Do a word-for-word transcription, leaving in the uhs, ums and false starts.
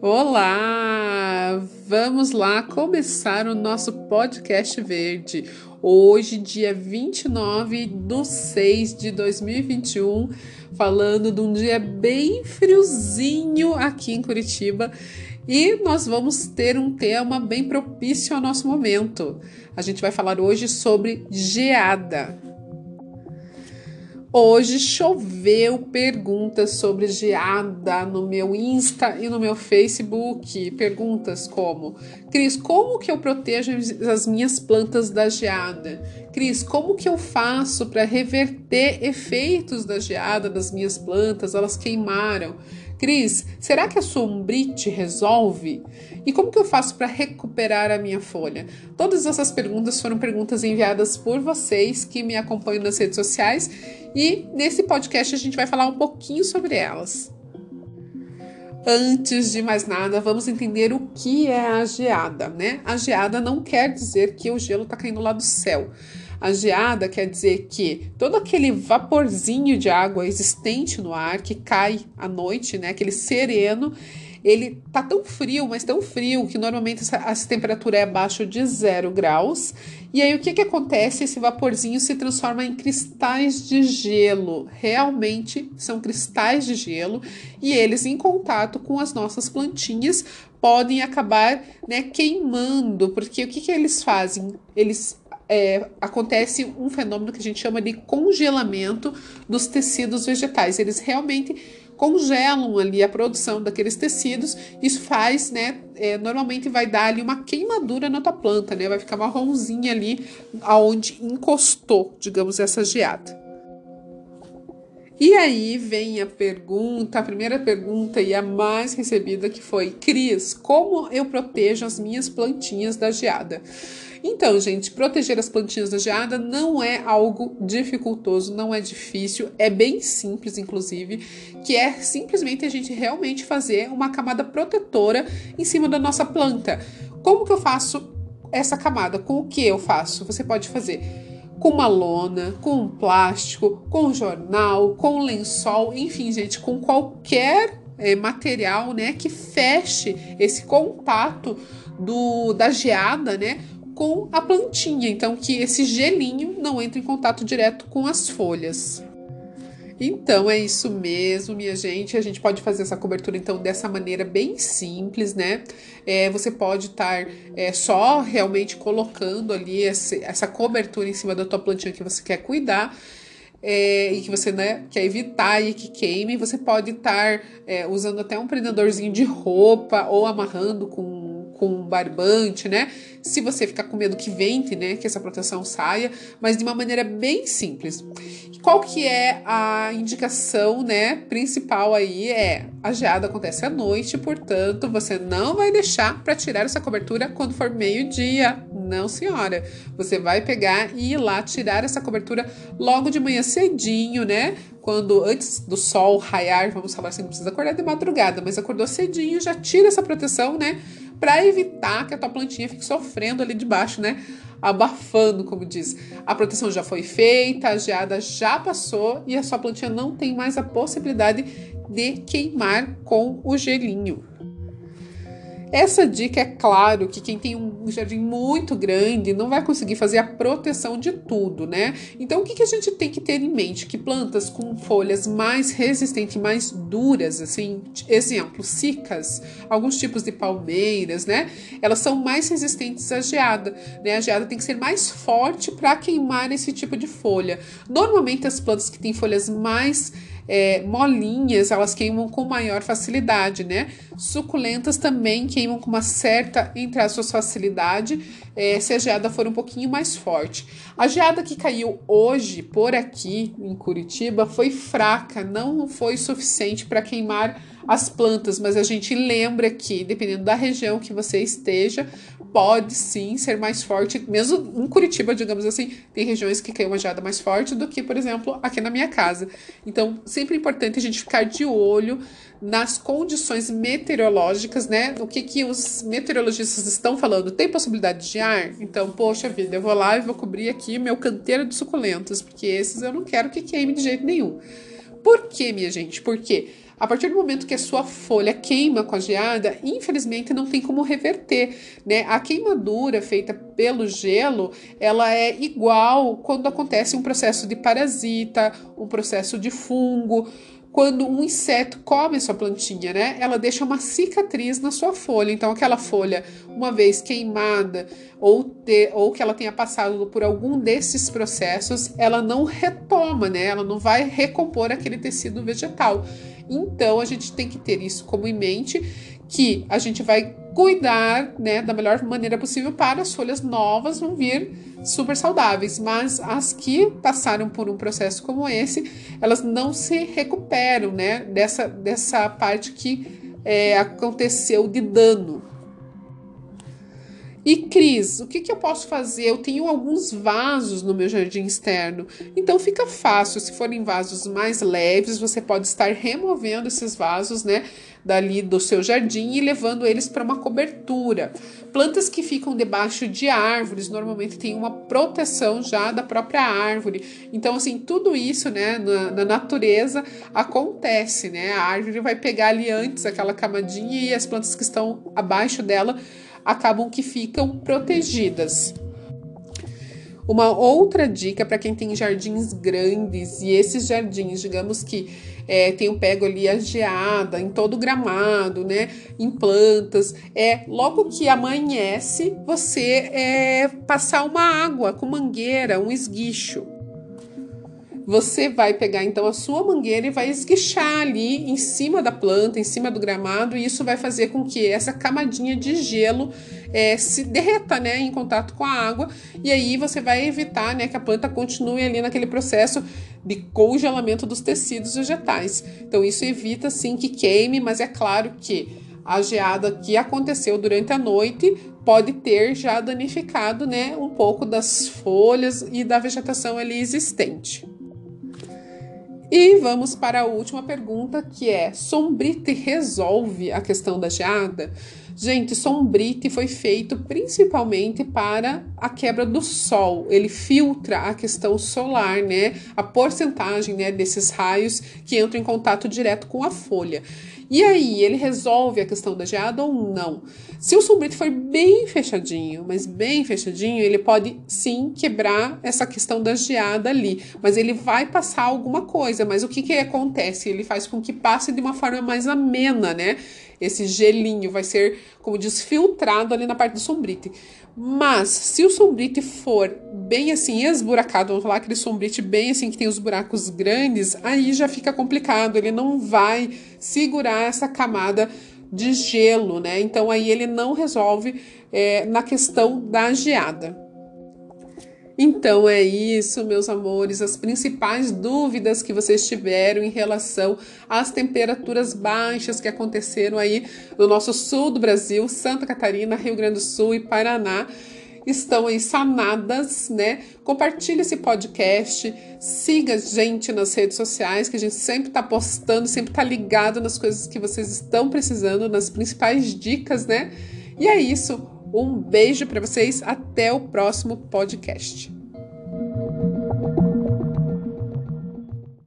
Olá! Vamos lá começar o nosso podcast verde. Hoje, dia vinte e nove de seis de dois mil e vinte e um, falando de um dia bem friozinho aqui em Curitiba. E nós vamos ter um tema bem propício ao nosso momento. A gente vai falar hoje sobre geada. Hoje choveu perguntas sobre geada no meu Insta e no meu Facebook. Perguntas como: Cris, como que eu protejo as minhas plantas da geada? Cris, como que eu faço para reverter efeitos da geada das minhas plantas? Elas queimaram. Cris, será que a sombrite resolve? E como que eu faço para recuperar a minha folha? Todas essas perguntas foram perguntas enviadas por vocês que me acompanham nas redes sociais e nesse podcast a gente vai falar um pouquinho sobre elas. Antes de mais nada, vamos entender o que é a geada, né? A geada não quer dizer que o gelo está caindo lá do céu. A geada quer dizer que todo aquele vaporzinho de água existente no ar que cai à noite, né, aquele sereno, ele tá tão frio, mas tão frio que normalmente essa, essa temperatura é abaixo de zero graus. E aí o que que acontece? Esse vaporzinho se transforma em cristais de gelo. Realmente são cristais de gelo e eles em contato com as nossas plantinhas podem acabar, né, queimando, porque o que que eles fazem? Eles É, acontece um fenômeno que a gente chama de congelamento dos tecidos vegetais. Eles realmente congelam ali a produção daqueles tecidos. Isso faz, né, é, normalmente vai dar ali uma queimadura na tua planta, né, vai ficar marronzinha ali aonde encostou, digamos, essa geada. E aí vem a pergunta, a primeira pergunta e a mais recebida, que foi: Cris, como eu protejo as minhas plantinhas da geada? Então, gente, proteger as plantinhas da geada não é algo dificultoso, não é difícil, é bem simples, inclusive, que é simplesmente a gente realmente fazer uma camada protetora em cima da nossa planta. Como que eu faço essa camada? Com o que eu faço? Você pode fazer com uma lona, com um plástico, com um jornal, com um lençol, enfim, gente, com qualquer é, material, né, que feche esse contato do, da geada, né, com a plantinha, então que esse gelinho não entre em contato direto com as folhas. Então é isso mesmo, minha gente. A gente pode fazer essa cobertura então dessa maneira bem simples, né? É, você pode estar é, só realmente colocando ali esse, essa cobertura em cima da tua plantinha que você quer cuidar. É, e que você, né, quer evitar e que queime. Você pode estar é, usando até um prendedorzinho de roupa ou amarrando com com um barbante, né? Se você ficar com medo que vente, né, que essa proteção saia, mas de uma maneira bem simples. Qual que é a indicação, né, principal aí? É, a geada acontece à noite, portanto, você não vai deixar para tirar essa cobertura quando for meio-dia. Não, senhora. Você vai pegar e ir lá tirar essa cobertura logo de manhã cedinho, né? Quando, antes do sol raiar, vamos falar assim, não precisa acordar de madrugada, mas acordou cedinho, já tira essa proteção, né? Para evitar que a tua plantinha fique sofrendo ali debaixo, né? Abafando, como diz. A proteção já foi feita, a geada já passou e a sua plantinha não tem mais a possibilidade de queimar com o gelinho. Essa dica, é claro que quem tem um jardim muito grande não vai conseguir fazer a proteção de tudo, né? Então, o que, que a gente tem que ter em mente? Que plantas com folhas mais resistentes, mais duras, assim, exemplo, cicas, alguns tipos de palmeiras, né? Elas são mais resistentes à geada, né? A geada tem que ser mais forte para queimar esse tipo de folha. Normalmente, as plantas que têm folhas mais É, molinhas, elas queimam com maior facilidade, né? Suculentas também queimam com uma certa, entre aspas, facilidade, é, se a geada for um pouquinho mais forte. A geada que caiu hoje por aqui em Curitiba foi fraca, não foi suficiente para queimar as plantas, mas a gente lembra que, dependendo da região que você esteja, pode sim ser mais forte, mesmo em Curitiba, digamos assim, tem regiões que caiu uma geada mais forte do que, por exemplo, aqui na minha casa. Então, sempre é importante a gente ficar de olho nas condições meteorológicas, né? O que que os meteorologistas estão falando? Tem possibilidade de ar? Então, poxa vida, eu vou lá e vou cobrir aqui meu canteiro de suculentas, porque esses eu não quero que queime de jeito nenhum. Por quê, minha gente? Por quê? A partir do momento que a sua folha queima com a geada, infelizmente não tem como reverter, né? A queimadura feita pelo gelo, ela é igual quando acontece um processo de parasita, um processo de fungo, quando um inseto come a sua plantinha, né? Ela deixa uma cicatriz na sua folha. Então, aquela folha, uma vez queimada ou, ter, ou que ela tenha passado por algum desses processos, ela não retoma, né? Ela não vai recompor aquele tecido vegetal. Então, a gente tem que ter isso como em mente, que a gente vai cuidar, né, da melhor maneira possível para as folhas novas não vir super saudáveis, mas as que passaram por um processo como esse, elas não se recuperam, né, dessa, dessa parte que é, aconteceu de dano. E Cris, o que, que eu posso fazer? Eu tenho alguns vasos no meu jardim externo, então fica fácil. Se forem vasos mais leves, você pode estar removendo esses vasos, né, dali do seu jardim e levando eles para uma cobertura. Plantas que ficam debaixo de árvores normalmente têm uma proteção já da própria árvore. Então, assim, tudo isso, né, na, na natureza acontece, né? A árvore vai pegar ali antes aquela camadinha e as plantas que estão abaixo dela acabam que ficam protegidas. Uma outra dica para quem tem jardins grandes e esses jardins, digamos que é, tenham pego ali a geada em todo o gramado, né, em plantas, é logo que amanhece você é, passar uma água com mangueira, um esguicho. Você vai pegar então a sua mangueira e vai esguichar ali em cima da planta, em cima do gramado, e isso vai fazer com que essa camadinha de gelo é, se derreta, né, em contato com a água, e aí você vai evitar, né, que a planta continue ali naquele processo de congelamento dos tecidos vegetais. Então isso evita sim que queime, mas é claro que a geada que aconteceu durante a noite pode ter já danificado, né, um pouco das folhas e da vegetação ali existente. E vamos para a última pergunta, que é: Sombrite resolve a questão da geada? Gente, Sombrite foi feito principalmente para a quebra do sol. Ele filtra a questão solar, né? A porcentagem, né, desses raios que entram em contato direto com a folha. E aí, ele resolve a questão da geada ou não? Se o Sombrite for bem fechadinho, mas bem fechadinho, ele pode sim quebrar essa questão da geada ali, mas ele vai passar alguma coisa. Mas o que que acontece? Ele faz com que passe de uma forma mais amena, né? Esse gelinho vai ser, como diz, filtrado ali na parte do Sombrite. Mas se o Sombrite for bem assim esburacado, vamos falar aquele Sombrite bem assim que tem os buracos grandes, aí já fica complicado, ele não vai segurar essa camada de gelo, né? Então aí ele não resolve é, na questão da geada. Então é isso, meus amores, as principais dúvidas que vocês tiveram em relação às temperaturas baixas que aconteceram aí no nosso sul do Brasil, Santa Catarina, Rio Grande do Sul e Paraná, estão aí sanadas, né? Compartilhe esse podcast, siga a gente nas redes sociais, que a gente sempre tá postando, sempre tá ligado nas coisas que vocês estão precisando, nas principais dicas, né? E é isso. Um beijo para vocês, até o próximo podcast.